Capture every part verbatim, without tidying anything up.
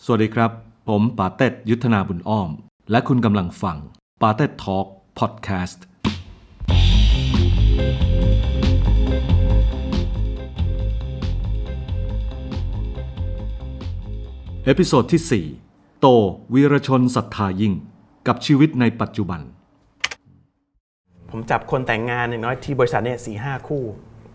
สวัสดีครับผมปาเต็ดยุทธนาบุญอ้อมและคุณกำลังฟังปาเต็ดทอล์กพอดแคสต์เอพิโซดที่สี่โตวีรชนศรัทธายิ่งกับชีวิตในปัจจุบันผมจับคนแต่งงานอย่างน้อยที่บริษัทเนี่ยสี่ห้าคู่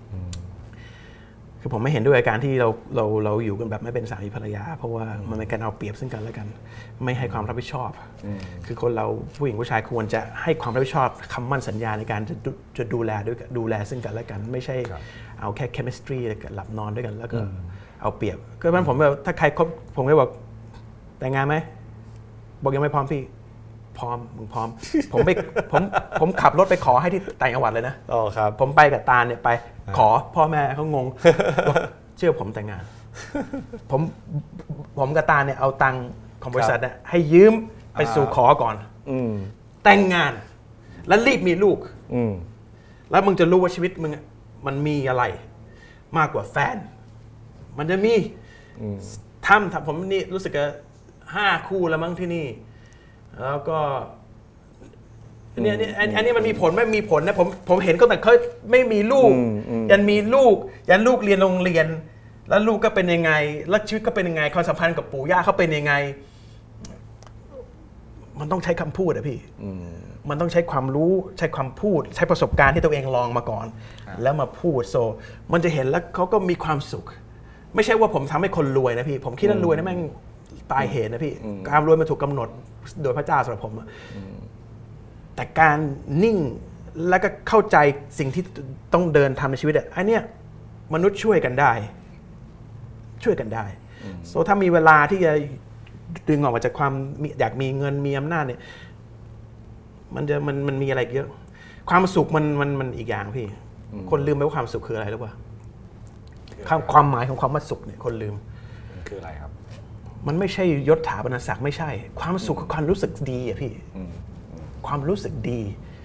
คือผมไม่เห็นด้วยการที่เราเราเราอยู่กันแบบไม่เป็นสามีภรรยาเพราะว่ามันเป็นการเอาเปรียบซึ่งกันและกันไม่ให้ความรับผิดชอบคือคนเราผู้หญิงผู้ชายควรจะให้ความรับผิดชอบคำมั่นสัญญาในการจะจะดูแลด้วยดูแลซึ่งกันและกันไม่ใช่เอาแค่ chemistry หลับนอนด้วยกันแล้วก็เอาเปรียบก็มันผมแบบถ้าใครคบผมก็บอกแต่งงานไหมบอกยังไม่พร้อมพี่พร้อมมึงพร้อมผมไปผมผมขับรถไปขอให้ที่ต่างจังหวัดเลยนะอ๋อครับผมไปกับตาเนี่ยไปขอพ่อแม่เขางงเชื่อผมแต่งงานผมผมกับตาเนี่ยเอาตังค์ของบริษัทเนี่ยให้ยืมไปสู่ขอก่อนแต่งงานแล้วรีบมีลูกแล้วมึงจะรู้ว่าชีวิตมึงมันมีอะไรมากกว่าแฟนมันจะมีทำทำผมนี่รู้สึกว่าห้าคู่แล้วมั้งที่นี่แล้วก็เนี่ยอันนี้มันมีผลไม่มีผลนะผมผมเห็นก็แต่เขาไม่มีลูกยันมีลูกยันลูกเรียนโรงเรียนแล้วลูกก็เป็นยังไงแล้วชีวิตก็เป็นยังไงความสัมพันธ์กับปู่ย่าเขาเป็นยังไงมันต้องใช้คำพูดอะพี่มันต้องใช้ความรู้ใช้ความพูดใช้ประสบการณ์ที่ตัวเองลองมาก่อนแล้วมาพูดโซมันจะเห็นแล้วเขาก็มีความสุขไม่ใช่ว่าผมทำให้คนรวยนะพี่ผมคิดว่ารวยนะแม่งปลายเหตุนะพี่การรวยมันถูกกำหนดโดยพระเจ้าสำหรับผมแต่การนิ่งแล้วก็เข้าใจสิ่งที่ต้องเดินทำในชีวิตอันเนี้ยมนุษย์ช่วยกันได้ช่วยกันได้โซถ้ามีเวลาที่จะดึงออกมาจากความอยากมีเงินมีอำนาจเนี่ยมันจะมันมันมีอะไรเยอะความสุขมันมันมันอีกอย่างพี่คนลืมไปว่าความสุขคืออะไรหรือเปล่าความหมายของความว่าสุขเนี่ยคนลืมคืออะไรครับมันไม่ใช่ยศถาบรรณศักดิ์ไม่ใช่ความสุขคือความรู้สึกดีอะพี่ความรู้สึกดี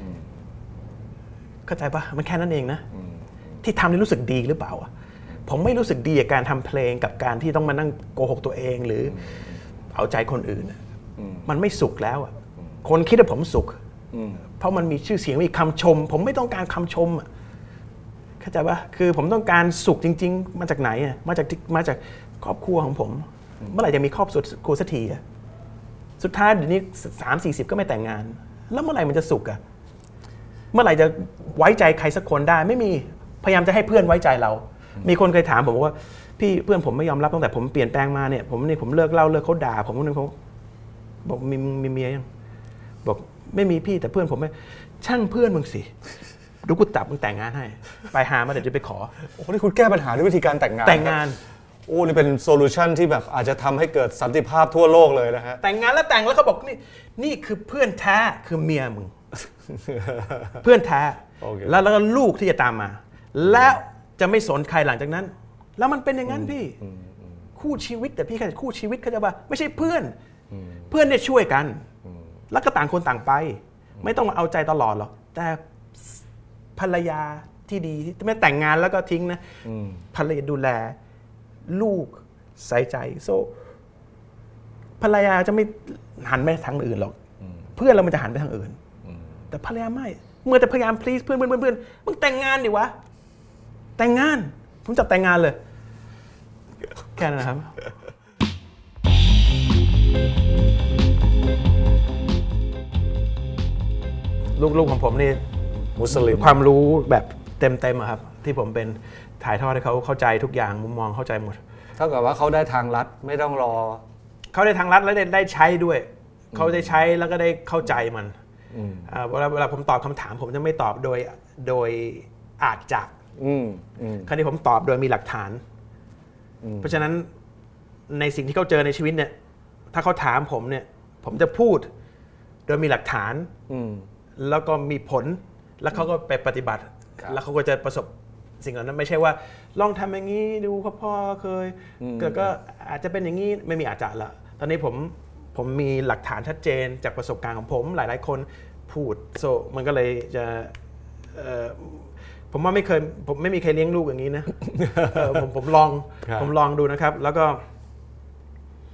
เข้าใจปะมันแค่นั้นเองนะที่ทำนี่รู้สึกดีหรือเปล่าผมไม่รู้สึกดีกับการทำเพลงกับการที่ต้องมานั่งโกหกตัวเองหรือเอาใจคนอื่นมันไม่สุขแล้วคนคิดว่าผมสุขเพราะมันมีชื่อเสียงมีคำชมผมไม่ต้องการคำชมเข้าใจปะคือผมต้องการสุขจริงๆมาจากไหนมาจากมาจากครอบครัวของผมเมื่อไหร่จะมีครอบครัวสักทีอะสุดท้ายเดี๋ยวนี้สามสี่สิบก็ไม่แต่งงานแล้วเมื่อไหร่มันจะสุขอะเมื่อไหร่จะไว้ใจใครสักคนได้ไม่มีพยายามจะให้เพื่อนไว้ใจเรามีคนเคยถามผมว่าพี่เพื่อนผมไม่ยอมรับตั้งแต่ผมเปลี่ยนแปลงมาเนี่ยผมนี่ผมเลิกเล่าเลิกเขาด่าผมคนนึงเขาบอกมีมีเมียยังบอกไม่มีพี่แต่เพื่อนผมไม่ช่างเพื่อนมึงสิดูกูตับมึงแต่งงานให้ไปหามาเดี๋ยวจะไปขอโอ้นี่คุณแก้ปัญหาด้วยวิธีการแต่งงานแต่งงานโอ้นี่เป็นโซลูชันที่แบบอาจจะทำให้เกิดสันติภาพทั่วโลกเลยนะฮะแต่งงานแล้วแต่งแล้วเขาบอกนี่นี่คือเพื่อนแท้คือเมียมึง เพื่อนแท้ okay. แล้วแล้วก็ลูกที่จะตามมาแล้วจะไม่สนใครหลังจากนั้นแล้วมันเป็นอย่างนั้นพี่คู่ชีวิตแต่พี่แค่คู่ชีวิตเขาจะว่าไม่ใช่เพื่อนเพื่อนเนี่ยช่วยกันแล้วก็ต่างคนต่างไปไม่ต้องมาเอาใจตลอดหรอกแต่ภรรยาที่ดีที่ไม่แต่งงานแล้วก็ทิ้งนะภรรยาดูแลลูกใส่ใจโซภรรยาจะไม่หันไปทางอื่นหรอกเพื่อนเรามันจะหันไปทางอื่นแต่ภรรยาไม่เมื่อแต่พยายาม please เพื่อนเพื่อนเพื่อนมึงแต่งงานดิวะแต่งงานผมจับแต่งงานเลยแค่นั้นนะครับลูกๆของผมนี่มุสลิมความรู้แบบเต็มๆครับที่ผมเป็นถ่ายทอดให้เขาเข้าใจทุกอย่างมุมมองเข้าใจหมดเท่ากับว่าเขาได้ทางลัดไม่ต้องรอเขาได้ทางลัดแล้วได้ได้ใช้ด้วยเขาได้ใช้แล้วก็ได้เข้าใจมันเวลาเวลาผมตอบคำถามผมจะไม่ตอบโดยโดยอาจจะคราวนี้ผมตอบโดยมีหลักฐานเพราะฉะนั้นในสิ่งที่เขาเจอในชีวิตเนี่ยถ้าเขาถามผมเนี่ยผมจะพูดโดยมีหลักฐานแล้วก็มีผลแล้วเขาก็ไปปฏิบัติแล้วเขาก็จะประสบสิ่งเหล่านั้นไม่ใช่ว่าลองทำอย่างนี้ดูพ่อพ่อเคยก็อาจจะเป็นอย่างนี้ไม่มีอาจจะละตอนนี้ผมผมมีหลักฐานชัดเจนจากประสบการณ์ของผมหลายๆคนพูดโซมันก็เลยจะผมว่าไม่เคยผมไม่มีใครเลี้ยงลูกอย่างนี้นะผมผมลองผมลองดูนะครับแล้วก็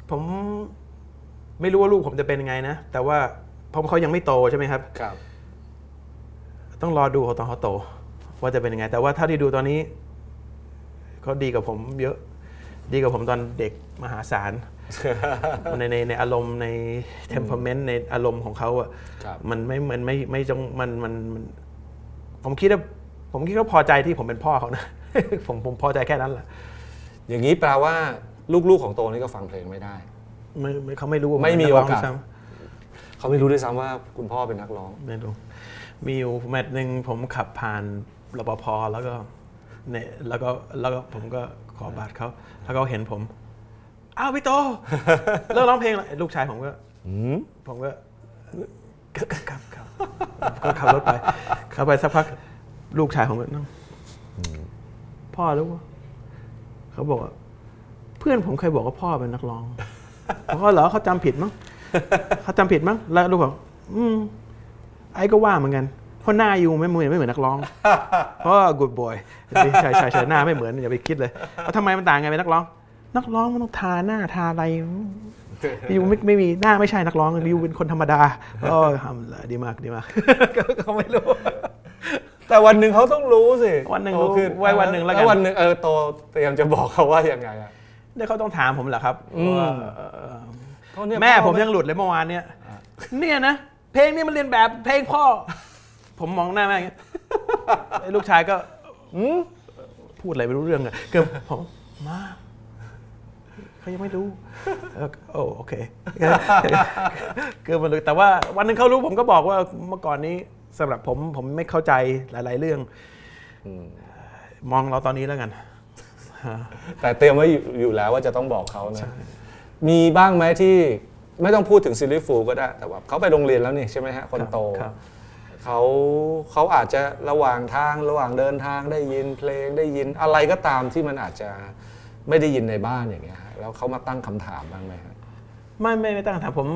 ผมไม่รู้ว่าลูกผมจะเป็นยังไงนะแต่ว่าเพราะเขายังไม่โตใช่ไหมครับครับต้องรอดูเขาตอนเขาโตว่าจะเป็นยังไงแต่ว่าเท่าที่ดูตอนนี้เขาดีกับผมเยอะดีกับผมตอนเด็กมหาศาล ในในในอารมณ์ใน temperament ในอารมณ์ของเขาอ่ะมันไม่มันไม่ไม่จงมันมันผมคิดว่าผมคิดว่าพอใจที่ผมเป็นพ่อเขานะ ผมผมพอใจแค่นั้นแหละอย่างนี้แปลว่าลูกๆของโตนี่ก็ฟังเพลงไม่ได้ไม่เขาไม่รู้ไม่มีโอกาสเขาไม่รู้ด้วยซ้ำว่าคุณพ่อเป็นนักร้องไม่รู้มีอยู่แมตช์นึงผมขับผ่านรปภแล้วก็เนี่ยแล้วก็แล้วก็ผมก็ขอบัตรเขาแล้วเขาเห็นผมอ้าวพี่โตเลิกร้องเพลงแล้วลูกชายผมก็ผมก็ครับครับก็ขับรถไปขับไปสักพักลูกชายผมก็นั่งพ่อรู้ว่าเขาบอกว่าเพื่อนผมเคยบอกว่าพ่อเป็นนักร้องเขาเหรอเขาจำผิดมั้งเขาจำผิดมั้งแล้วลูกบอกอืมไอ้ก็ว่าเหมือนกันเพราะหน้าอยู่ไม่เหมือนไม่เหมือนนักร้องเพราะ good boy ใช่ใช่ใช่หน้าไม่เหมือนอย่าไปคิดเลยแล้วทำไมมันต่างไงเป็นนักร้องนักร้องมันต้องทาหน้าทาอะไรยูไม่ไม่มีหน้าไม่ใช่นักร้องยูเป็นคนธรรมดาอ๋อทำเลยดีมากดีมากเขาไม่รู้แต่วันหนึ่งเขาต้องรู้สิวันหนึ่งรู้ไว้วันหนึ่งแล้วกันวันหนึ่งเออโตเตรียมจะบอกเขาว่ายังไงอ่ะเดี๋ยวเขาต้องถามผมแหละครับว่าแม่ผมยังหลุดเลยเมื่อวานเนี้ยเนี่ยนะเพลงนี้มันเรียนแบบเพลงพ่อผมมองหน้าแม่ลูกชายก็พูดอะไรไม่รู้เรื่องอะเกือบผมมาเขายังไม่รู้โอ้โอเคเกือบมันเลยแต่ว่าวันนึงเขารู้ผมก็บอกว่าเมื่อก่อนนี้สำหรับผมผมไม่เข้าใจหลายๆเรื่องมองเราตอนนี้แล้วกันแต่เตรียมไว้อยู่แล้วว่าจะต้องบอกเขานะมีบ้างไหมที่ไม่ต้องพูดถึงซิลลี่ฟูลก็ได้แต่ว่าเขาไปโรงเรียนแล้วนี่ใช่ไหมฮะคนโตเขาเขาอาจจะระหว่างทางระหว่างเดินทางได้ยินเพลงได้ยินอะไรก็ตามที่มันอาจจะไม่ได้ยินในบ้านอย่างเงี้ยแล้วเขามาตั้งคำถามบ้างไหมครับไม่ไม่ไม่ตั้งคำถามผม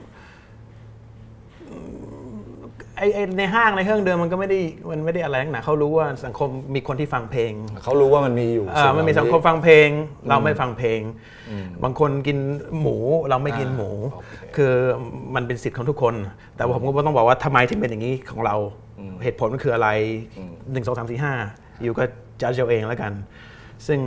ไอไอในห้างในเครื่องเดิมมันก็ไม่ได้มันไม่ได้อะไรนักหนาเขารู้ว่าสังคมมีคนที่ฟังเพลงเขารู้ว่ามันมีอยู่อ่ามันมีสังคมฟังเพลงเราไม่ฟังเพลงบางคนกินหมูเราไม่กินหมูคือมันเป็นสิทธิ์ของทุกคนแต่ผมก็ต้องบอกว่าทำไมถึงเป็นอย่างนี้ของเราเหตุผลมันคืออะไรหนึ่งสองสามสี่ห้าอยู่ก็จัดเอาเองแล้วกันซึ่ง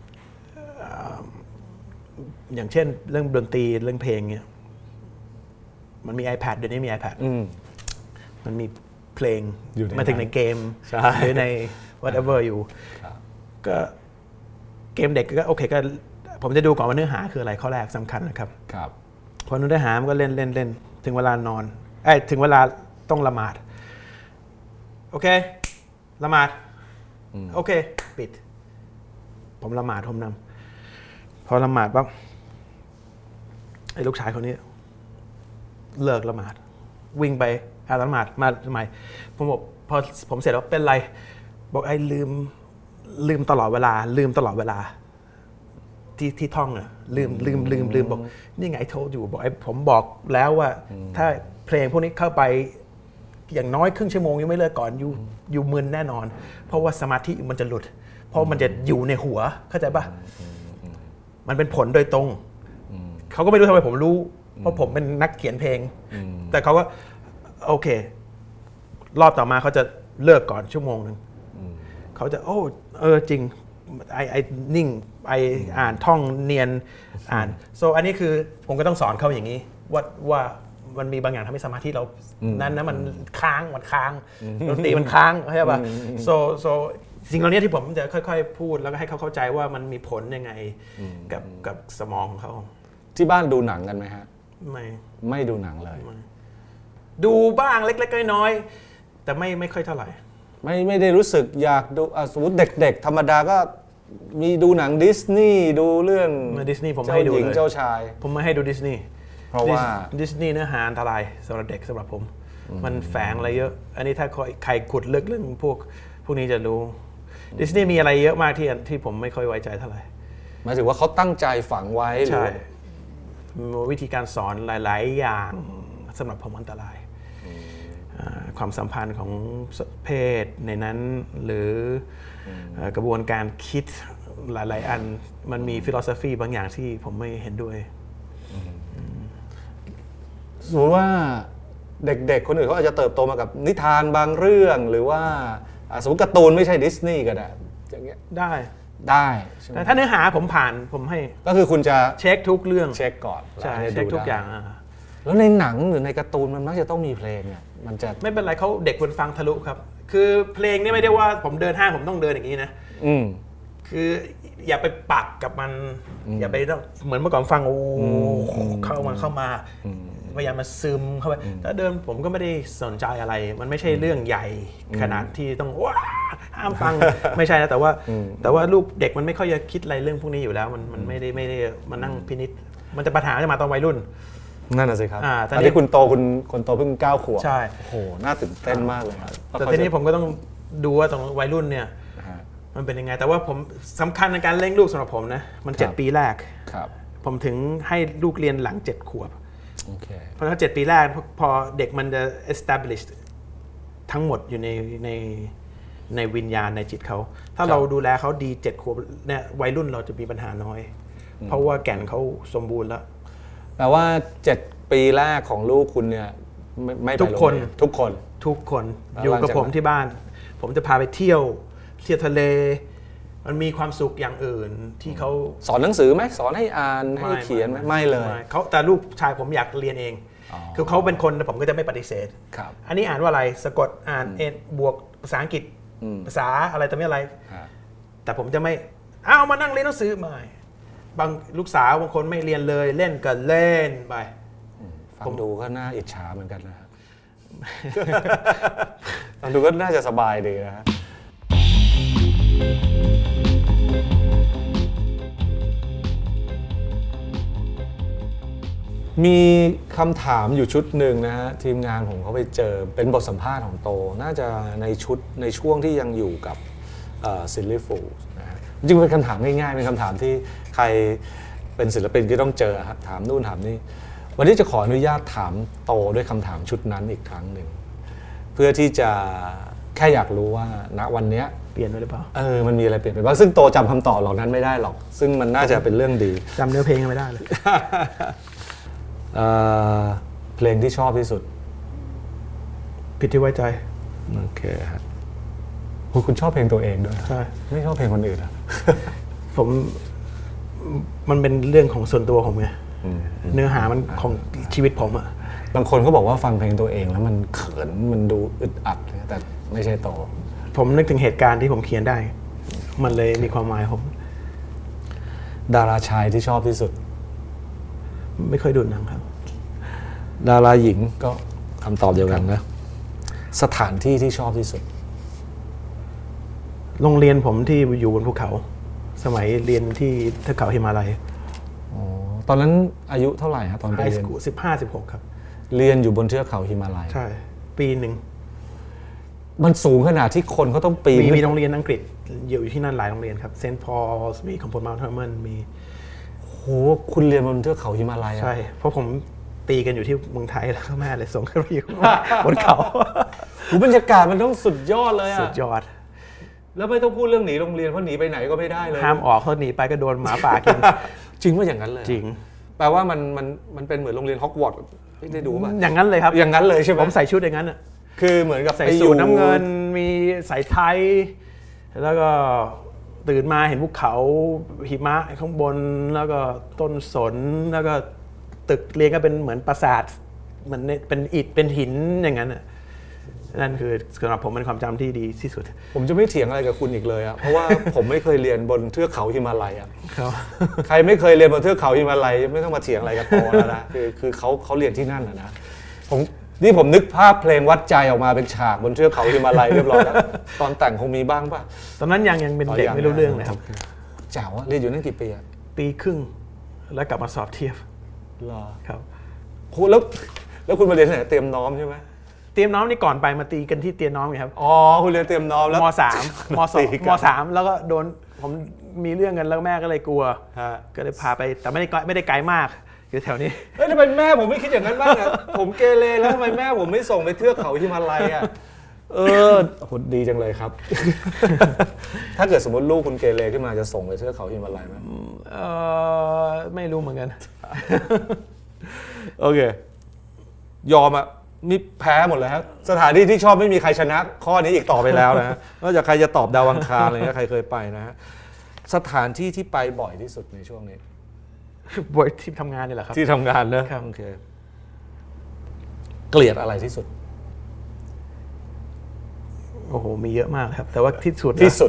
อย่างเช่นเรื่องดนตรีเรื่องเพลงเนี่ยมันมี iPad เดี๋ยวนี้มี iPad มันมีเพลงมาถึงในเกมหรือใน whatever อยู่ก็เกมเด็กก็โอเคก็ผมจะดูก่อนว่าเนื้อหาคืออะไรข้อแรกสำคัญนะครับพอเนื้อหามันก็เล่นเล่นเล่นถึงเวลานอนไอ้ถึงเวลาต้องละหมาดโอเคละหมาดโอเคปิดผมละหมาดผมนำพอละหมาดปั๊บไอ้ลูกชายคนนี้เลิกละหมาดวิ่งไปอาละหมาดมาทำไมผมบอกพอผมเสร็จแล้วเป็นไรบอกไอ้ลืมลืมตลอดเวลาลืมตลอดเวลาที่ที่ท่องอ่ะลืมลืมลืมลืมบอกนี่ไงโทรอยู่บอกไอ้ผมบอกแล้วว่าถ้าเพลงพวกนี้เข้าไปอย่างน้อยครึ่งชั่วโมงยังไม่เลิกก่อนอยู่อยู่มึนแน่นอนเพราะว่าสมาธิมันจะหลุดเพราะมันจะอยู่ในหัวเข้าใจป่ะมันเป็นผลโดยตรงเขาก็ไม่รู้ทำไมผมรู้เพราะผมเป็นนักเขียนเพลงแต่เขาก็โอเครอบต่อมาเขาจะเลิกก่อนชั่วโมงนึงเขาจะโอ้เออจริงไอไอนิ่งไออ่านท่องเนียนอ่านโซ so, อันนี้คือผมก็ต้องสอนเขาอย่างนี้ว่าว่ามันมีบางอย่างทำให้สมาธิเรานั้นนะมันค้างมันค้างดนตรีมันค้างใช่ป่ะโซโซสิ่งเหล่านี้ที่ผมจะค่อยๆพูดแล้วก็ให้เขาเข้าใจว่ามันมีผลยังไงกับกับสมองของเขาที่บ้านดูหนังกันไหมฮะไม่ไม่ดูหนังเลยดูบ้างเล็กๆน้อยๆแต่ไม่ไม่ค่อยเท่าไหร่ไม่ไม่ได้รู้สึกอยากดูสมมติเด็กๆธรรมดาก็มีดูหนังดิสนีย์ดูเรื่องดิสนีย์ผมไม่ให้ดูเลยเจ้าชายผมไม่ให้ดูดิสนีย์เพราะว่าดิสนีย์เนื้อหาอันตรายสำหรับเด็กสำหรับผมมันแฝงอะไรเยอะอันนี้ถ้าใครขุดลึกเรื่องพวกพวกนี้จะรู้ดิสนีย์มีอะไรเยอะมากที่ที่ผมไม่ค่อยไว้ใจเท่าไหร่หมายถึงว่าเขาตั้งใจฝังไว้ใช่วิธีการสอนหลายๆอย่างสำหรับผมอันตรายความสัมพันธ์ของเพศในนั้นหรือกระบวนการคิดหลายๆอันมันมีฟิโลโซฟีบางอย่างที่ผมไม่เห็นด้วยสมมติว่าเด็กๆคนอื่นเขาอาจจะเติบโตมากับนิทานบางเรื่องหรือว่าสมมติการ์ตูนไม่ใช่ดิสนีย์ก็ได้อย่างเงี้ยได้ได้แต่ถ้าเนื้อหาผมผ่านผมให้ก็คือคุณจะเช็คทุกเรื่องเช็คก่อนใช่เช็คทุกอย่างแล้วในหนังหรือในการ์ตูนมันมักจะต้องมีเพลงเนี่ยมันจะไม่เป็นไรเขาเด็กคนฟังทะลุครับคือเพลงนี่ไม่ได้ว่าผมเดินห้างผมต้องเดินอย่างนี้นะอืมคืออย่าไปปักกับมันอย่าไปเหมือนเมื่อก่อนฟังโอ้เข้ามาเข้ามาพยายามมาซึมเข้าไปถ้าเดิมผมก็ไม่ได้สนใจอะไรมันไม่ใช่เรื่องใหญ่ขนาดที่ต้องว้าห้ามฟังไม่ใช่นะแต่ว่าแต่ว่าลูกเด็กมันไม่ค่อยจะคิดอะไรเรื่องพวกนี้อยู่แล้วมันมันไม่ได้ไม่ได้มานั่งพินิจมันจะปัญหาจะมาตอนวัยรุ่นนั่นน่ะสิครับตอนนี้คุณโตคุณคนโตเพิ่งเก้าขวบใช่โอ้โหน่าตื่นเต้นมากเลยครับแต่ทีนี้ผมก็ต้องดูว่าตรงวัยรุ่นเนี่ยมันเป็นยังไงแต่ว่าผมสำคัญในการเลี้ยงลูกสำหรับผมนะมันเจ็ดปีแรกผมถึงให้ลูกเรียนหลังเจ็ดขวบเพราะถ้าเจ็ดปีแรกพอเด็กมันจะ establish ทั้งหมดอยู่ในในในวิญญาณในจิตเขาถ้าเราดูแลเขาดีเจ็ดขวบเนี่ยวัยรุ่นเราจะมีปัญหาน้อยเพราะว่าแก่นเขาสมบูรณ์แล้วแปลว่าเจ็ดปีแรกของลูกคุณเนี่ยไม่ไปโรงเรียนทุกคนทุกคนทุกคนอยู่กับผมที่บ้านผมจะพาไปเที่ยวเที่ยวทะเลมันมีความสุขอย่างอื่นที่เขาสอนหนังสือไหมสอนให้อ่านให้เขียนไหมไม่เลยเขาแต่ลูกชายผมอยากเรียนเองคือเขาเป็นคนผมก็จะไม่ปฏิเสธอันนี้อ่านว่าอะไรสะกดอ่านเอ็นบวกภาษาอังกฤษภาษาอะไรต่อไม่อะไรแต่ผมจะไม่เอามานั่งเรียนหนังสือไม่บางลูกสาวบางคนไม่เรียนเลยเล่นก็เล่นไปฟังดูก็น่าอิจฉาเหมือนกันนะฟังดูก็น่าจะสบายดีนะมีคำถามอยู่ชุดหนึ่งนะฮะทีมงานผมเขาไปเจอเป็นบทสัมภาษณ์ของโตน่าจะในชุดในช่วงที่ยังอยู่กับซิลลี่ฟูลนะฮะจริงเป็นคำถามง่ายๆเป็นคำถามที่ใครเป็นศิลปินก็ต้องเจอครับถามนู่นถามนี่วันนี้จะขออนุญาตถามโตด้วยคำถามชุดนั้นอีกครั้งหนึ่งเพื่อที่จะแค่อยากรู้ว่าณวันนี้เปลี่ยนไปหรือเปล่าเออมันมีอะไรเปลี่ยนไปบ้างซึ่งโตจำคำตอบเหล่านั้นไม่ได้หรอกซึ่งมันน่าจะเป็นเรื่องดีจำเนื้อเพลงไม่ได้เลยเพลงที่ชอบที่สุดผิดที่ไว้ใจโอเคครับคุณชอบเพลงตัวเองด้วยใช่ไม่ชอบเพลงคนอื่นอ่ะผมมันเป็นเรื่องของส่วนตัวผมไงเนื้อหามันของชีวิตผมอ่ะบางคนเขาบอกว่าฟังเพลงตัวเองแล้วมันเขินมันดูอึดอัดแต่ไม่ใช่โตผมนึกถึงเหตุการณ์ที่ผมเขียนได้มันเลยมีความหมายผมดาราชายที่ชอบที่สุดไม่เคยดูหนังครับดาราหญิงก็คำตอบเดียวกันนะสถานที่ที่ชอบที่สุดโรงเรียนผมที่อยู่บนภูเขาสมัยเรียนที่เทือกเขาหิมาลัยอ๋อตอนนั้นอายุเท่าไหร่ครับตอนไปเรียนสิบห้าสิบหกครับเรียนอยู่บนเทือกเขาหิมาลัยใช่ปีหนึ่งมันสูงขนาดที่คนเขาต้องปีนมีมีโรงเรียนอังกฤษอยู่ที่นั่นหลายโรงเรียนครับเซนต์พอลส์มีคอมโพสต์เมาน์เทอร์เมนมีโหคุณเรียนบนเทือกเขาหิมาลัยใช่เพราะผมตีกันอยู่ที่เมืองไทยแล้วแม่เลยส่งขึ้นไปอยู่บนเขาบรรยากาศมันต้องสุดยอดเลยอะสุดยอดแล้วไม่ต้องพูดเรื่องหนีโรงเรียนเพราะหนีไปไหนก็ไม่ได้เลยห้ามออกเพราะหนีไปก็โดนหมาป่ากินจริงว่าอย่างนั้นเลยจริงแปลว่ามันมันมันเป็นเหมือนโรงเรียนฮอกวอตส์ได้ดูป่ะอย่างนั้นเลยครับอย่างนั้นเลยใช่ไหมผมใส่ชุดอย่างนั้นอะคือเหมือนกับใส่สูทน้ำเงินมีใส่ไทยแล้วก็ตื่นมาเห็นภูเขาหิมะข้างบนแล้วก็ต้นสนแล้วก็ตึกเรียงก็เป็นเหมือนปราสาทเหมือนเป็นอิฐเป็นหินอย่างนั้นนั่นคือสำหรับผมเป็นความจำที่ดีที่สุดผมจะไม่เถียงอะไรกับคุณอีกเลยอะเพราะว่าผมไม่เคยเรียนบนเทือกเขาหิมาลัยอะใครไม่เคยเรียนบนเทือกเขาหิมาลัยไม่ต้องมาเถียงอะไรกับโตแล้วนะคือคือเขาเขาเรียนที่นั่นนะผมนี่ผมนึกภาพเพลงวัดใจออกมาเป็นฉากบนเทือกเขาหิมาลัยเรียบร้อยแล้วตอนแต่งคงมีบ้างป่ะตอนนั้นยังยังเป็นเด็กไม่รู้เรื่องเลยครับแจ๋วเรียนอยู่นั่นกี่ปีอะปีครึ่งแล้วกลับมาสอบเทียบเหรอครับโหแล้วแล้วคุณมาเรียนที่ไหนเตรียมน้อมใช่ไหมเตรียมน้อมนี่ก่อนไปมาตีกันที่เตรียมน้อมไงครับอ๋อคุณเรียนเตรียมน้อมแล้วม.สาม ม.สอง ม.สามแล้วก็โดนผมมีเรื่องกันแล้วแม่ก็เลยกลัวก็เลยพาไปแต่ไม่ได้ไม่ได้ไกลมากอยู่แถวนี้เฮ้ยทำไมแม่ผมไม่คิดอย่างนั้นบ้างอ่ะผมเกเรแล้วทำไมแม่ผมไม่ส่งไปเทือกเขาหิมาลัยอ่ะเออโหดีจังเลยครับถ้าเกิดสมมติลูกคุณเกเรขึ้นมาจะส่งไปเทือกเขาหิมาลัยไหมเออไม่รู้เหมือนกันโอเคยอมอะมีแพ้หมดเลยครับสถานที่ที่ชอบไม่มีใครชนะข้อนี้อีกต่อไปแล้วนะฮะนอกจากใครจะตอบดาวอังคารอะไรเงี้ยใครเคยไปนะฮะสถานที่ที่ไปบ่อยที่สุดในช่วงนี้บ่อยที่ทำงานนี่แหละครับที่ทำงานนะครับ โอเคเกลียดอะไรที่สุดโอ้โหมีเยอะมากครับแต่ว่าที่สุดที่สุด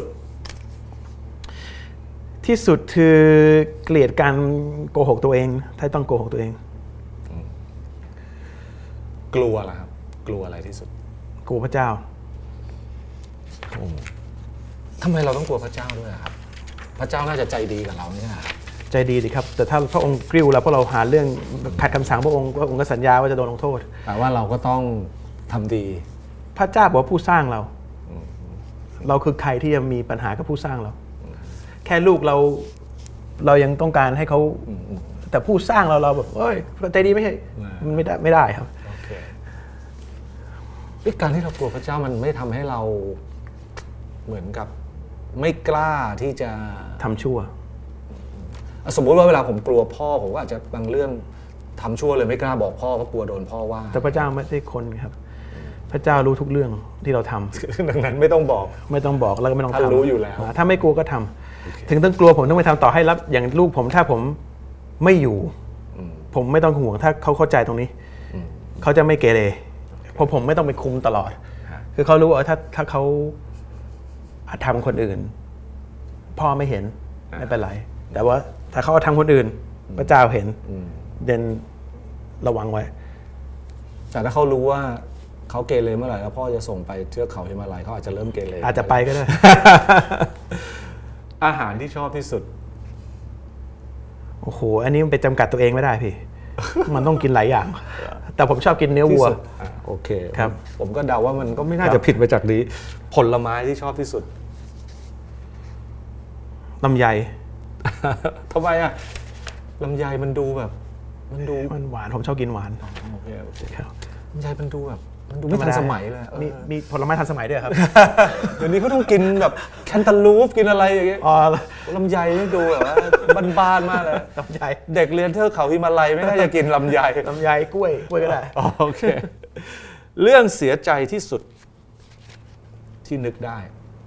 ที่สุดคือเกลียดการโกหกตัวเองถ้าต้องโกหกตัวเองกลัวอะไรครับกลัวอะไรที่สุดกลัวพระเจ้าทำไมเราต้องกลัวพระเจ้าด้วยครับพระเจ้าน่าจะใจดีกับเราเนี่ยใจดีสิครับแต่ถ้าพระองค์กริ้วแล้วพวกเราหาเรื่องขัดคำสั่งพระองค์พระองค์ก็สัญญาว่าจะโดนลงโทษแต่ว่าเราก็ต้องทำดีพระเจ้าบอกว่าผู้สร้างเราเราคือใครที่จะมีปัญหากับผู้สร้างเราแค่ลูกเราเรายังต้องการให้เขาแต่ผู้สร้างเราเราแบบเอ้ยใจดีไม่ใช่มันไม่ได้ไม่ได้ครับการที่เรากลัวพระเจ้ามันไม่ทำให้เราเหมือนกับไม่กล้าที่จะทำชั่วสมมติว่าเวลาผมกลัวพ่อผมก็อาจจะบางเรื่องทำชั่วเลยไม่กล้าบอกพ่อเพราะกลัวโดนพ่อว่าแต่พระเจ้าไม่ใช่คนครับพระเจ้ารู้ทุกเรื่องที่เราทำดังนั้นไม่ต้องบอกไม่ต้องบอกแล้วก็ไม่ต้องทำท่านรู้อยู่แล้วถ้าไม่กลัวก็ทำถึงต้องกลัวผมต้องไปทำต่อให้รับอย่างลูกผมถ้าผมไม่อยู่ผมไม่ต้องห่วงถ้าเขาเข้าใจตรงนี้เขาจะไม่เกเรเพราะผมไม่ต้องไปคุมตลอดคือเขารู้ว่าถ้าถ้าเขาทำคนอื่นพ่อไม่เห็นไม่เป็นไรแต่ว่าถ้าเขาทำคนอื่นพระเจ้าเห็นเด่นระวังไว้แต่ถ้าเขารู้ว่าเขาเกเรเมื่อไหร่แล้วพ่อจะส่งไปเทือกเขาหิมาลัยเขาอาจจะเริ่มเกเรอาจจะไปก็ได้อาหารที่ชอบที่สุดโอ้โหอันนี้มันไปจำกัดตัวเองไม่ได้พี่ มันต้องกินหลายอย่างแต่ผมชอบกินเนื้อวัวโอเคครับผมก็เดาว่ามันก็ไม่น่าจะผิดมาจากนี้ผลไม้ที่ชอบที่สุดลำไยทำไมอ่ะลำไยมันดูแบบมันดูมันหวานผมชอบกินหวานโอเคโอเคครับลำไยมันดูแบบมันดูไม่ทันสมัยเลยมีมีผลไม้ทันสมัยด้วยครับเดี๋ยวนี้เขาต้องกินแบบแคนตาลูปกินอะไรอย่างเงี้ยลำไยนี่ดูแบบว่าบ้านๆมากเลยลำไยเด็กเรียนเทือกเขาหิมาลัยไม่น่าจะกินลำไยลำไยกล้วยกล้วยก็ได้โอเคเรื่องเสียใจที่สุดที่นึกได้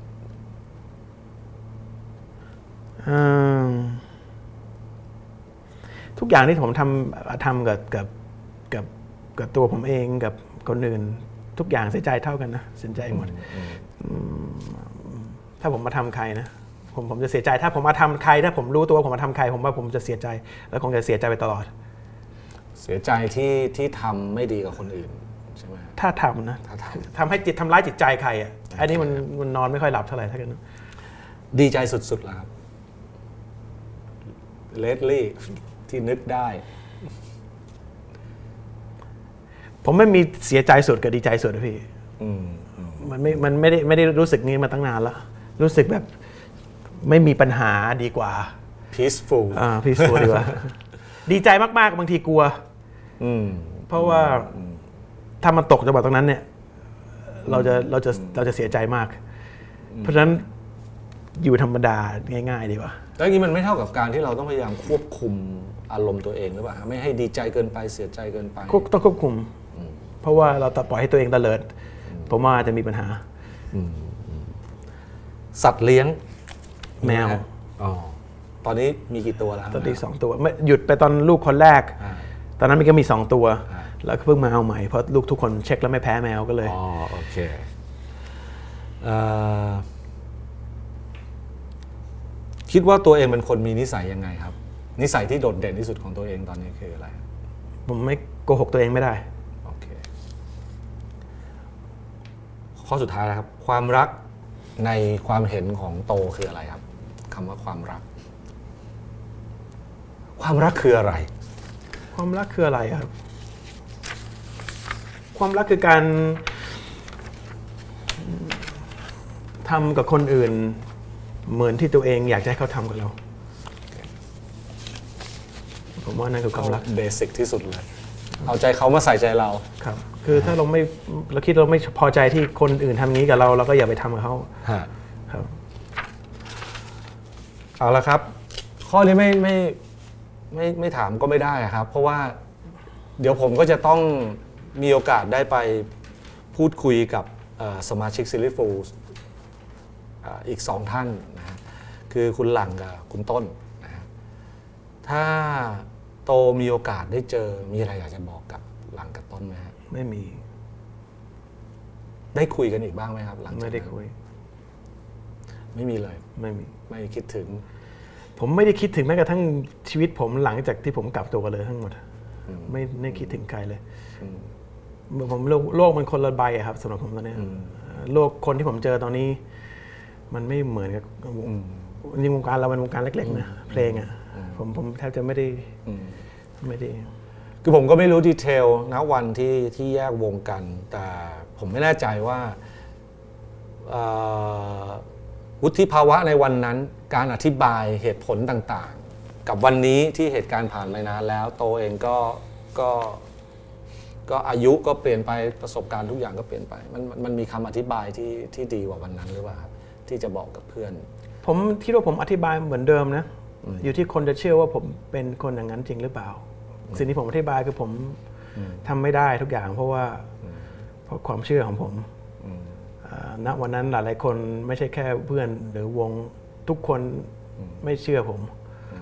ทุกอย่างที่ผมทำทำกับกับกับกับตัวผมเองกับคนอื่นทุกอย่างเสียใจเท่ากันนะเสียใจหมดถ้าผมมาทำใครนะผมผมจะเสียใจถ้าผมมาทำใครถ้าผมรู้ตัวผมมาทำใครผมว่าผมจะเสียใจแล้วคงจะเสียใจไปตลอดเสียใจที่ที่ทำไม่ดีกับคนอื่นใช่ไหมถ้าทำนะถ้าทำทำให้จิตทำร้ายจิตใจใครอ่ะอันนี้มันมันนอนไม่ค่อยหลับเท่าไหร่ถ้ากันดีใจสุดๆแล้วครับเลดลี่ที่นึกได้ผมไม่มีเสียใจสุดกับดีใจสุดนะพี่มันไม่มันไม่ได้ไม่ได้รู้สึกนี้มาตั้งนานแล้วรู้สึกแบบไม่มีปัญหาดีกว่า peaceful อ่า peaceful ดีกว่าดีใจมากๆบางทีกลัวเพราะว่าถ้ามันตกจังหวะตรงนั้นเนี่ยเราจะเราจะเราจะเสียใจมากเพราะฉะนั้นอยู่ธรรมดาง่ายๆดีกว่าแล้วอย่างนี้มันไม่เท่ากับการที่เราต้องพยายามควบคุมอารมณ์ตัวเองหรือเปล่าไม่ให้ดีใจเกินไปเสียใจเกินไปต้องควบคุมเพราะว่าเราปล่อยให้ตัวเองตะเลิดผมว่าจะมีปัญหาสัตว์เลี้ยงแมวตอนนี้มีกี่ตัวแล้วตอนนี้สองตัวหยุดไปตอนลูกคนแรกตอนนั้นมันก็มีสองตัวแล้วเพิ่งมาเอาใหม่เพราะลูกทุกคนเช็คแล้วไม่แพ้แมวก็เลยอ๋อโอเคคิดว่าตัวเองเป็นคนมีนิสัยยังไงครับนิสัยที่โดดเด่นที่สุดของตัวเองตอนนี้คืออะไรผมไม่โกหกตัวเองไม่ได้โอเคข้อสุดท้ายนะครับความรักในความเห็นของโตคืออะไรครับคำว่าความรักความรักคืออะไรความรักคืออะไรครับความรักคือการทำกับคนอื่นเหมือนที่ตัวเองอยากให้เขาทำกับเราผมว่านั่นคือความรักเบสิกที่สุดเลยเอาใจเขามาใส่ใจเราครับคือถ้าเราไม่เราคิดเราไม่พอใจที่คนอื่นทำงี้กับเราเราก็อย่าไปทำกับเขาครับเอาละครับข้อนี้ไม่ไม่ไม่ไม่ถามก็ไม่ได้ครับเพราะว่าเดี๋ยวผมก็จะต้องมีโอกาสได้ไปพูดคุยกับสมาชิก Silly Fools อีกสองท่านนะฮะคือคุณหลังกับคุณต้นนะฮะถ้าโตมีโอกาสได้เจอมีอะไรอยากจะบอกกับหลังกับต้นไหมฮะไม่มีได้คุยกันอีกบ้างไหมครับหลังจากไม่ได้คุยไม่มีเลยไม่มีไม่คิดถึงผมไม่ได้คิดถึงแม้กระทั่งชีวิตผมหลังจากที่ผมกลับตัวเลยทั้งหมดไม่ไม่คิดถึงใครเลยผมโลกมันคนละใบครับสำหรับผมตอนนี้โลกคนที่ผมเจอตอนนี้มันไม่เหมือนกับในวงการเราเป็นวงการเล็กๆนะเพลงอ่ะผมผมแทบจะไม่ได้ไม่ได้คือผมก็ไม่รู้ดีเทลนะวันที่ที่แยกวงกันแต่ผมไม่แน่ใจว่าวุฒิภาวะในวันนั้นการอธิบายเหตุผลต่างๆกับวันนี้ที่เหตุการณ์ผ่านไปนานแล้วโตเองก็ก็ก็อายุก็เปลี่ยนไปประสบการณ์ทุกอย่างก็เปลี่ยนไปมันมันมีคำอธิบายที่ที่ดีกว่าวันนั้นหรือเปล่าที่จะบอกกับเพื่อนผมคิดว่าผมอธิบายเหมือนเดิมนะอยู่ที่คนจะเชื่อว่าผมเป็นคนอย่างนั้นจริงหรือเปล่าสิ่งที่ผมอธิบายคือผมทำไม่ได้ทุกอย่างเพราะว่าเพราะความเชื่อของผมณวันนั้นหลายๆคนไม่ใช่แค่เพื่อนหรือวงทุกคนไม่เชื่อผม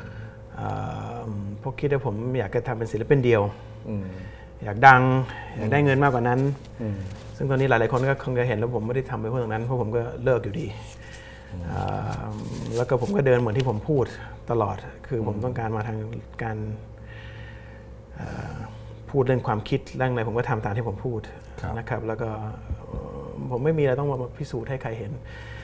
เพราะคิดว่าผมอยากจะทำเป็นศิลปินเดียวอยากดังอยากได้เงินมากกว่านั้นซึ่งตอนนี้หลายๆคนก็คงจะเห็นแล้วผมไม่ได้ทำไปเพื่อตรงนั้นเพราะผมก็เลิกอยู่ดีแล้วก็ผมก็เดินเหมือนที่ผมพูดตลอดคือผมต้องการมาทางการพูดเรื่องความคิดเรื่องอะไรผมก็ทำตามที่ผมพูดนะครับแล้วก็ผมไม่มีอะไรต้องมาพิสูจน์ให้ใครเห็น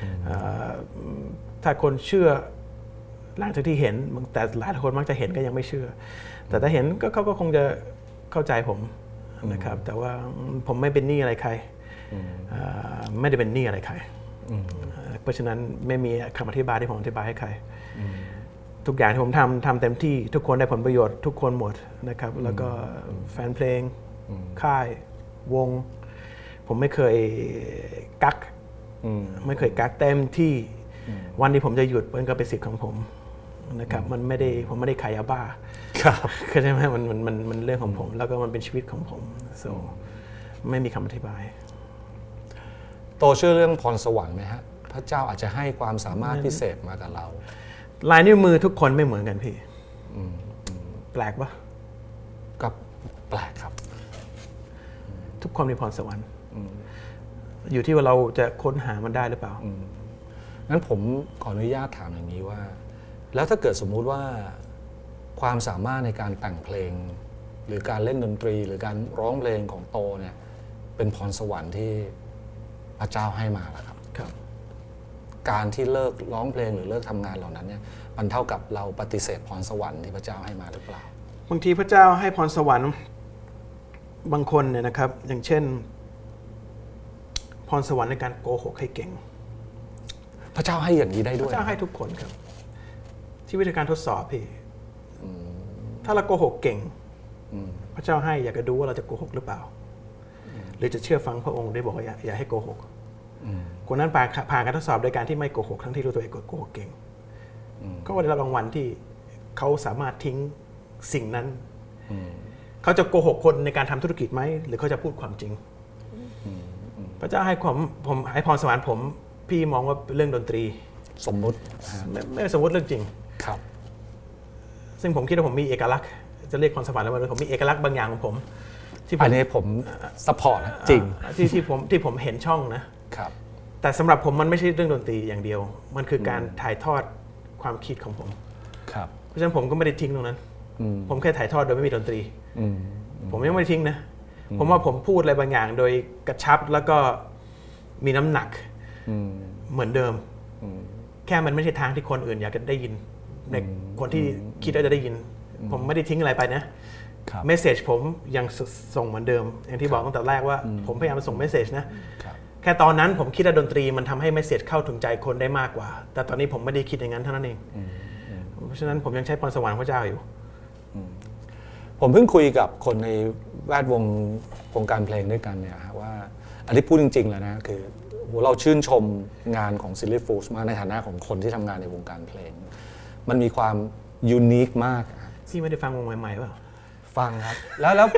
ถ้าคนเชื่อหลังจากที่เห็นแต่หลายคนมักจะเห็นก็ยังไม่เชื่อแต่ถ้าเห็นก็เขาก็คงจะเข้าใจผมนะครับแต่ว่าผมไม่เป็นหนี้อะไรใครไม่ได้เป็นหนี้อะไรใครเพราะฉะนั้นไม่มีคำอธิบายที่ผมอธิบายให้ใครทุกอย่างที่ผมทำทำเต็มที่ทุกคนได้ผลประโยชน์ทุกคนหมดนะครับแล้วก็แฟนเพลงค่ายวงผมไม่เคยกักไม่เคยกักเต็มที่วันที่ผมจะหยุดมันก็เป็นสิทธิ์ของผมนะครับมันไม่ได้ผมไม่ได้ขายยาบ้าครับคือใช่ไหมมันมันมันมันเรื่องของผมแล้วก็มันเป็นชีวิตของผม so ไม่มีคำอธิบายโตเชื่อเรื่องพรสวรรค์ไหมฮะพระเจ้าอาจจะให้ความสามารถพิเศษมากับเราลายนิ้วมือทุกคนไม่เหมือนกันพี่แปลกปะก็แปลกครับทุกคนมีพรสวรรค์อยู่ที่ว่าเราจะค้นหามันได้หรือเปล่างั้นผมขออนุญาตถามอย่างนี้ว่าแล้วถ้าเกิดสมมุติว่าความสามารถในการแต่งเพลงหรือการเล่นดนตรีหรือการร้องเพลงของโตเนี่ยเป็นพรสวรรค์ที่พระเจ้าให้มาแล้วครับครับการที่เลิกร้องเพลงหรือเลิกทำงานเหล่านั้นเนี่ยมันเท่ากับเราปฏิเสธพรสวรรค์ที่พระเจ้าให้มาหรือเปล่าบางทีพระเจ้าให้พรสวรรค์บางคนเนี่ยนะครับอย่างเช่นพรสวรรค์ในการโกหกให้เก่งพระเจ้าให้อย่างนี้ได้ด้วยพระเจ้าให้ทุกคนครับที่วิธีการทดสอบพี่ถ้าเราโกหกเก่งพระเจ้าให้อยากจะดูว่าเราจะโกหกหรือเปล่าหรือจะเชื่อฟังพระองค์ได้บอกว่าอย่าให้โกหกคนนั้นผ่านผ่านการทดสอบโดยการที่ไม่โกหกทั้งที่รู้ตัวเองโกหกเก่งก็ได้รับรางวัลที่เขาสามารถทิ้งสิ่งนั้นเขาจะโกหกคนในการทำธุรกิจไหมหรือเขาจะพูดความจริงพระเจ้าให้ความผมให้พรสวรรค์ผมพี่มองว่าเรื่องดนตรีสมมุติไม่ไม่สมมติเรื่องจริงครับซึ่งผมคิดว่าผมมีเอกลักษณ์จะเรียกพรสวรรค์แล้วมันผมมีเอกลักษณ์บางอย่างของผมที่อันนี้ผมซัพพอร์ตจริงที่ที่ผมที่ผมเห็นช่องนะครับแต่สำหรับผมมันไม่ใช่เรื่องดนตรีอย่างเดียวมันคือการถ่ายทอดความคิดของผมครับเพราะฉะนั้นผมก็ไม่ได้ทิ้งตรงนั้นผมแค่ถ่ายทอดโดยไม่มีดนตรีผมยังไม่ได้ทิ้งนะผมว่าผมพูดอะไรบางอย่างโดยกระชับแล้วก็มีน้ำหนักเหมือนเดิมแค่มันไม่ใช่ทางที่คนอื่นอยากจะได้ยินในคนที่คิดว่าจะได้ยินผมไม่ได้ทิ้งอะไรไปนะเมสเซจผมยังส่งเหมือนเดิมอย่างที่บอกตั้งแต่แรกว่าผมพยายามส่งเมสเซจนะแค่ตอนนั้นผมคิดว่าดนตรีมันทำให้เมสเซจเข้าถึงใจคนได้มากกว่าแต่ตอนนี้ผมไม่ได้คิดอย่างนั้นเท่านั้นเองเพราะฉะนั้นผมยังใช้พรสวรรค์พระเจ้าอยู่ผมเพิ่งคุยกับคนในแวดวงวงการเพลงด้วยกันเนี่ยว่าอันนี้พูดจริงๆแล้วนะคือเราชื่นชมงานของ Silly Fools มากในฐานะของคนที่ทำงานในวงการเพลงมันมีความยูนิคมากที่ไม่ได้ฟังวงใหม่ๆป่ะฟังครับแล้วแล้ว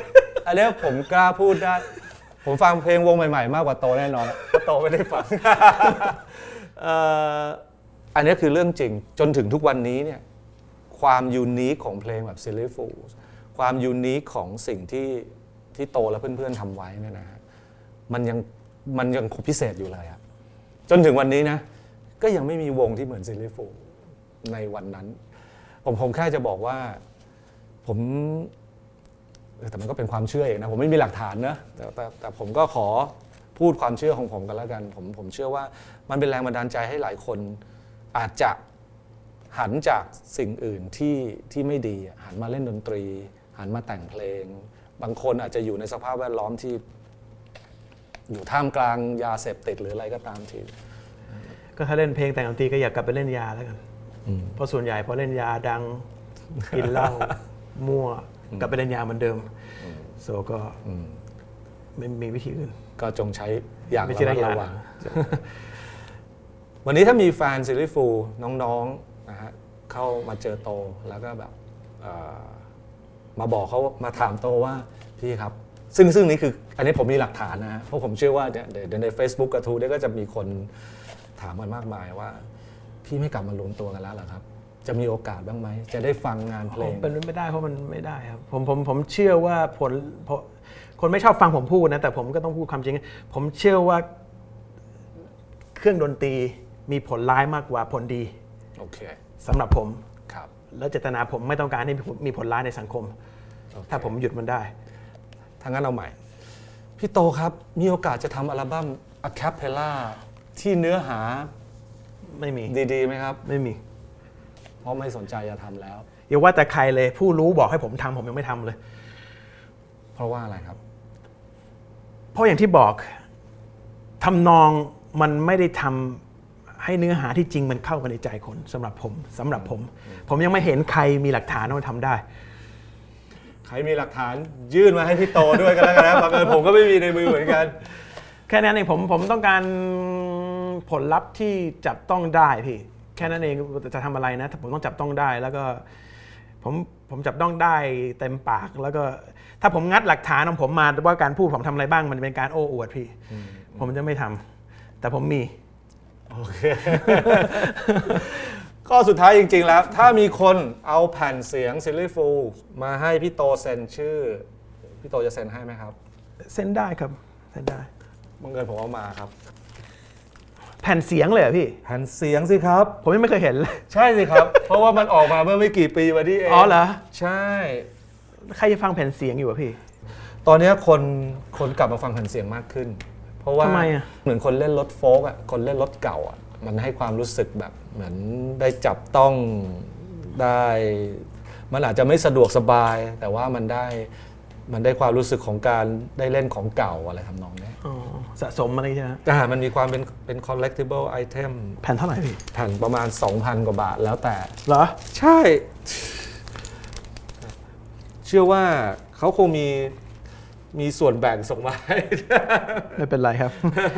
อันนี้ผมกล้าพูดได้ผมฟังเพลงวงใหม่ๆมากกว่าโตแน่นอนเพราะโตไม่ได้ฟัง อันนี้คือเรื่องจริงจนถึงทุกวันนี้เนี่ยความยูนิคของเพลงแบบ Silly Fools ความยูนิคของสิ่งที่ที่โตและเพื่อนๆทำไว้เนี่ยนะฮะมันยังมันยังคงพิเศษอยู่เลยครับจนถึงวันนี้นะก็ยังไม่มีวงที่เหมือน Silly Fools ในวันนั้นผมผมแค่จะบอกว่าผมแต่มันก็เป็นความเชื่อเองนะผมไม่มีหลักฐานนะแต่แต่แต่ผมก็ขอพูดความเชื่อของผมกันแล้วกันผมผมเชื่อว่ามันเป็นแรงบันดาลใจให้หลายคนอาจจะหันจากสิ่งอื่นที่ที่ไม่ดีหันมาเล่นดนตรีหันมาแต่งเพลงบางคนอาจจะอยู่ในสภาพแวดล้อมที่อยู่ท่ามกลางยาเสพติดหรืออะไรก็ตามทีก็ถ้าเล่นเพลงแต่งดนตรีก็อยากกลับไปเล่นยาแล้วกันเพราะส่วนใหญ่พอเล่นยาดังกินเหล้ามั่วกลับไปเล่นยาเหมือนเดิมโซก็ไม่มีวิธีอื่นก็จงใช้อย่างระมัดระวังวันนี้ถ้ามีแฟนSilly Foolsน้องๆนะฮะเข้ามาเจอโตแล้วก็แบบมาบอกเขามาถามโตว่าพี่ครับซึ่งซึ่งนี่คืออันนี้ผมมีหลักฐานนะฮะเพราะผมเชื่อว่าเดี๋ยวใน Facebook กระทู้เนี่ยก็จะมีคนถามกันมากมายว่าพี่ไม่กลับมารวมตัวกันแล้วเหรอครับจะมีโอกาสบ้างไหมจะได้ฟังงานเพลงเป็นไม่ได้เพราะมันไม่ได้ครับผมผมผมเชื่อว่าผลคนไม่ชอบฟังผมพูดนะแต่ผมก็ต้องพูดความจริงผมเชื่อว่าเครื่องดนตรีมีผลร้ายมากกว่าผลดีโอเคสำหรับผมครับแล้วเจตนาผมไม่ต้องการให้มีผลร้ายในสังคม okay. ถ้าผมหยุดมันได้ถ้างั้นเอาใหม่พี่โตครับมีโอกาสจะทำอัลบั้มอะแคปเพลล่าที่เนื้อหาไม่มีดีๆไหมครับไม่มีเพราะไม่สนใจจะทำแล้วอย่าว่าแต่ใครเลยผู้รู้บอกให้ผมทำผมยังไม่ทำเลยเพราะว่าอะไรครับเพราะอย่างที่บอกทำนองมันไม่ได้ทำให้เนื้อหาที่จริงมันเข้ากันในใจคนสำหรับผมสำหรับผมผมยังไม่เห็นใครมีหลักฐานว่าทำได้ใครมีหลักฐานยื่นมาให้พี่โตด้วยกันแล้วกันนะบังเอิญผมก็ไม่มีในมือเหมือนกันแค่นั้นเองผมผมต้องการผลลัพธ์ที่จับต้องได้พี่แค่นั้นเองจะทำอะไรนะผมต้องจับต้องได้แล้วก็ผมผมจับต้องได้เต็มปากแล้วก็ถ้าผมงัดหลักฐานของผมมาว่าการพูดผมทำอะไรบ้างมันเป็นการโอ้อวดพี่ผมจะไม่ทำแต่ผมมีโอเค ก็สุดท้ายจริงๆแล้วถ้ามีคนเอาแผ่นเสียง Silly Fools มาให้พี่โตเซ็นชื่อพี่โตจะเซ็นให้ไหมครับเซ็นได้ครับเซ็นได้บังเอิญผมเอามาครับแผ่นเสียงเลยเหรอพี่แผ่นเสียงสิครับผมยังไม่เคยเห็นเลยใช่สิครับเพราะว่ามันออกมาเมื่อไม่กี่ปีมานี้เองอ๋อเหรอใช่ใครจะฟังแผ่นเสียงอยู่อะพี่ตอนนี้คนคนกลับมาฟังแผ่นเสียงมากขึ้นเพราะว่าทำไมอะเหมือนคนเล่นรถโฟล์กอะคนเล่นรถเก่าอะมันให้ความรู้สึกแบบเหมือนได้จับต้องได้มันอาจจะไม่สะดวกสบายแต่ว่ามันได้มันได้ความรู้สึกของการได้เล่นของเก่าอะไรทำนองนี้อ๋อสะสมอะไรใช่ไหมอ่ามันมีความเป็นเป็น collectible item แผ่นเท่าไหร่พี่แผ่นประมาณ สองพัน กว่าบาทแล้วแต่เหรอใช่เชื่อว่าเขาคงมีมีส่วนแบ่งส่งมาให้ไม่เป็นไรครับ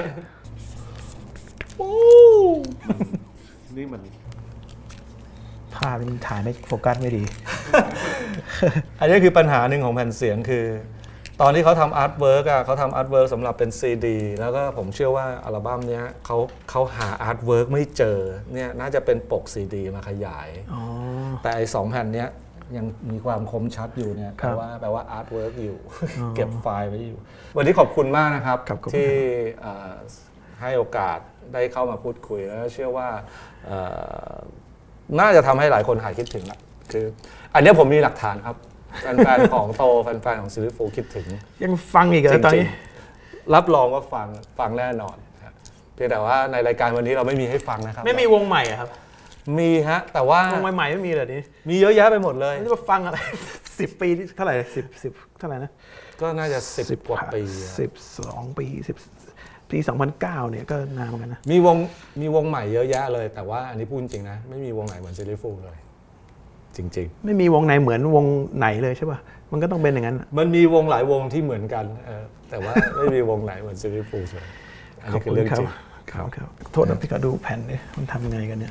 นี่มันภาพมันถ่ายไม่โฟกัสไม่ดีอันนี้คือปัญหาหนึ่งของแผ่นเสียงคือตอนที่เขาทำอาร์ตเวิร์กอ่ะเขาทำอาร์ตเวิร์กสำหรับเป็นซีดีแล้วก็ผมเชื่อว่าอัลบั้มนี้เขาเขาหาอาร์ตเวิร์กไม่เจอเนี่ยน่าจะเป็นปกซีดีมาขยายแต่ไอ้สองแผ่นนี้ยังมีความคมชัดอยู่เนี่ยแปลว่าแปลว่าอาร์ตเวิร์กอยู่เก็บไฟล์ไว้อยู่วันนี้ขอบคุณมากนะครับที่ให้โอกาสได้เข้ามาพูดคุยแล้วเชื่อว่าน่าจะทำให้หลายคนหายคิดถึงละคืออันนี้ผมมีหลักฐานครับแฟนๆของโตแฟนๆของSilly Foolsคิดถึงยังฟังอีกเหรอตอนนี้รับรองว่าฟังฟังแน่นอนเพียงแต่ว่าในรายการวันนี้เราไม่มีให้ฟังนะครับไม่มีวงใหม่ครับมีฮะแต่ว่าวงใหม่ๆไม่มีเลยนี่มีเยอะแยะไปหมดเลยนี่มาฟังอะไรสิบปีเท่าไหร่สิบ สิบเท่าไหร่นะก็น่าจะสิบกว่าปีสิบสองปีสิบปีสองพันเก้าเนี่ยก็นานเหมือนกันนะมีวงมีวงใหม่เยอะแยะเลยแต่ว่าอันนี้พูดจริงนะไม่มีวงไหนเหมือนSilly Foolsเลยจริงๆไม่มีวงไหนเหมือนวงไหนเลยใช่ป่ะมันก็ต้องเป็นอย่างนั้นมันมีวงหลายวงที่เหมือนกันแต่ว่าไม่มีวงไหนเหมือนSilly Foolsเลยอันนี้คือเรื่องจริงครับครับโทษนะพี่ก็ดูแผ่นนี่มันทำยังไงกันเนี่ย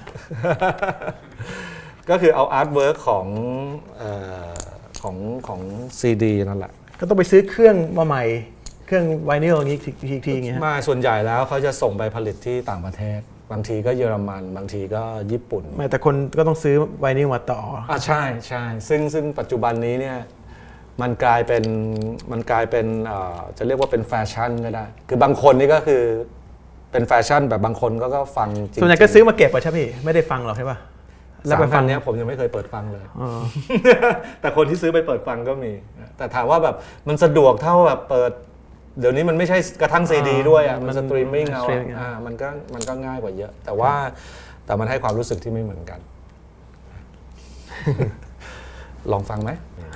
ก็คือเอาอาร์ตเวิร์กของของของซีดีนั่นแหละก็ต้องไปซื้อเครื่องมาใหม่เครื่องไวนิลอย่างนี้ทีทีอย่างเงี้ยมาส่วนใหญ่แล้วเขาจะส่งไปผลิตที่ต่างประเทศบางทีก็เยอรมันบางทีก็ญี่ปุ่นไม่แต่คนก็ต้องซื้อไวนิลมาต่ออ่ะใช่ใช่ซึ่งซึ่งปัจจุบันนี้เนี่ยมันกลายเป็นมันกลายเป็นจะเรียกว่าเป็นแฟชั่นก็ได้คือบางคนนี่ก็คือเป็นแฟชั่นแบบบางคนก็ก็ฟังจริงส่วนใหญ่ก็ซื้อมาเก็บอ่ะใช่พี่ไม่ได้ฟังหรอกใช่ป่ะแล้วไปฟังเนี้ยผมยังไม่เคยเปิดฟังเลยแต่คนที่ซื้อไปเปิดฟังก็มีแต่ถามว่าแบบมันสะดวกเท่าแบบเปิดเดี๋ยวนี้มันไม่ใช่กระทั่งซีดีด้วยอ่ะมันสตรีมมิ่งเอาอ่ะมันก็มันก็ง่ายกว่าเยอะแต่ว่าแต่มันให้ความรู้สึกที่ไม่เหมือนกันลองฟังไหม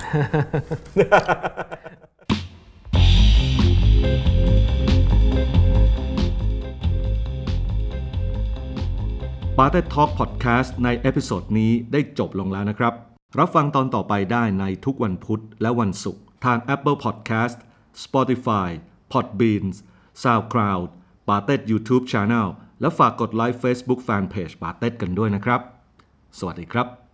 ปาเต็ดทอล์กพอดแคสต์ในเอพิโซดนี้ได้จบลงแล้วนะครับรับฟังตอนต่อไปได้ในทุกวันพุธและวันศุกร์ทาง Apple Podcast Spotify Podbean SoundCloud ปาเต็ด YouTube Channel และฝากกดไลค์ Facebook Fanpage ปาเต็ดกันด้วยนะครับสวัสดีครับ